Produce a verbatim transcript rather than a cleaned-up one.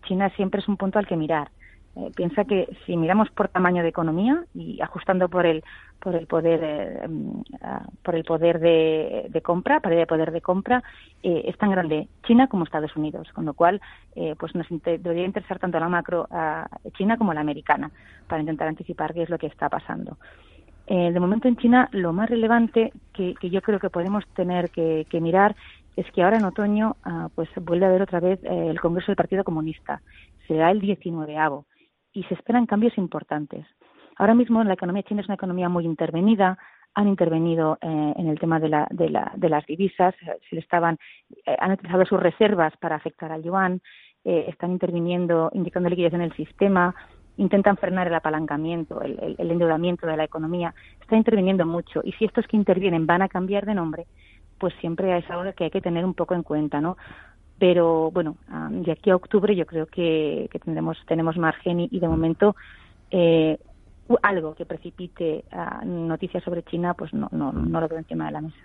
China siempre es un punto al que mirar. Eh, piensa que si miramos por tamaño de economía y ajustando por el por el poder eh, uh, por el poder de, de compra, paridad de poder de compra, eh, es tan grande China como Estados Unidos, con lo cual eh, pues nos inter- debería interesar tanto la macro uh, China como la americana para intentar anticipar qué es lo que está pasando. Eh, de momento en China lo más relevante que, que yo creo que podemos tener que, que mirar es que ahora en otoño uh, pues vuelve a haber otra vez eh, el Congreso del Partido Comunista. Será el diecinuevo y se esperan cambios importantes. Ahora mismo la economía china es una economía muy intervenida. Han intervenido eh, en el tema de, la, de, la, de las divisas, se le estaban, eh, han utilizado sus reservas para afectar al yuan, eh, están interviniendo, inyectando liquidez en el sistema, intentan frenar el apalancamiento, el, el, el endeudamiento de la economía, está interviniendo mucho. Y si estos que intervienen van a cambiar de nombre, pues siempre es algo que hay que tener un poco en cuenta, ¿no? Pero bueno, um, de aquí a octubre yo creo que, que tendremos, tenemos margen y, y de momento eh, algo que precipite uh, noticias sobre China, pues no, no, no lo veo encima de la mesa.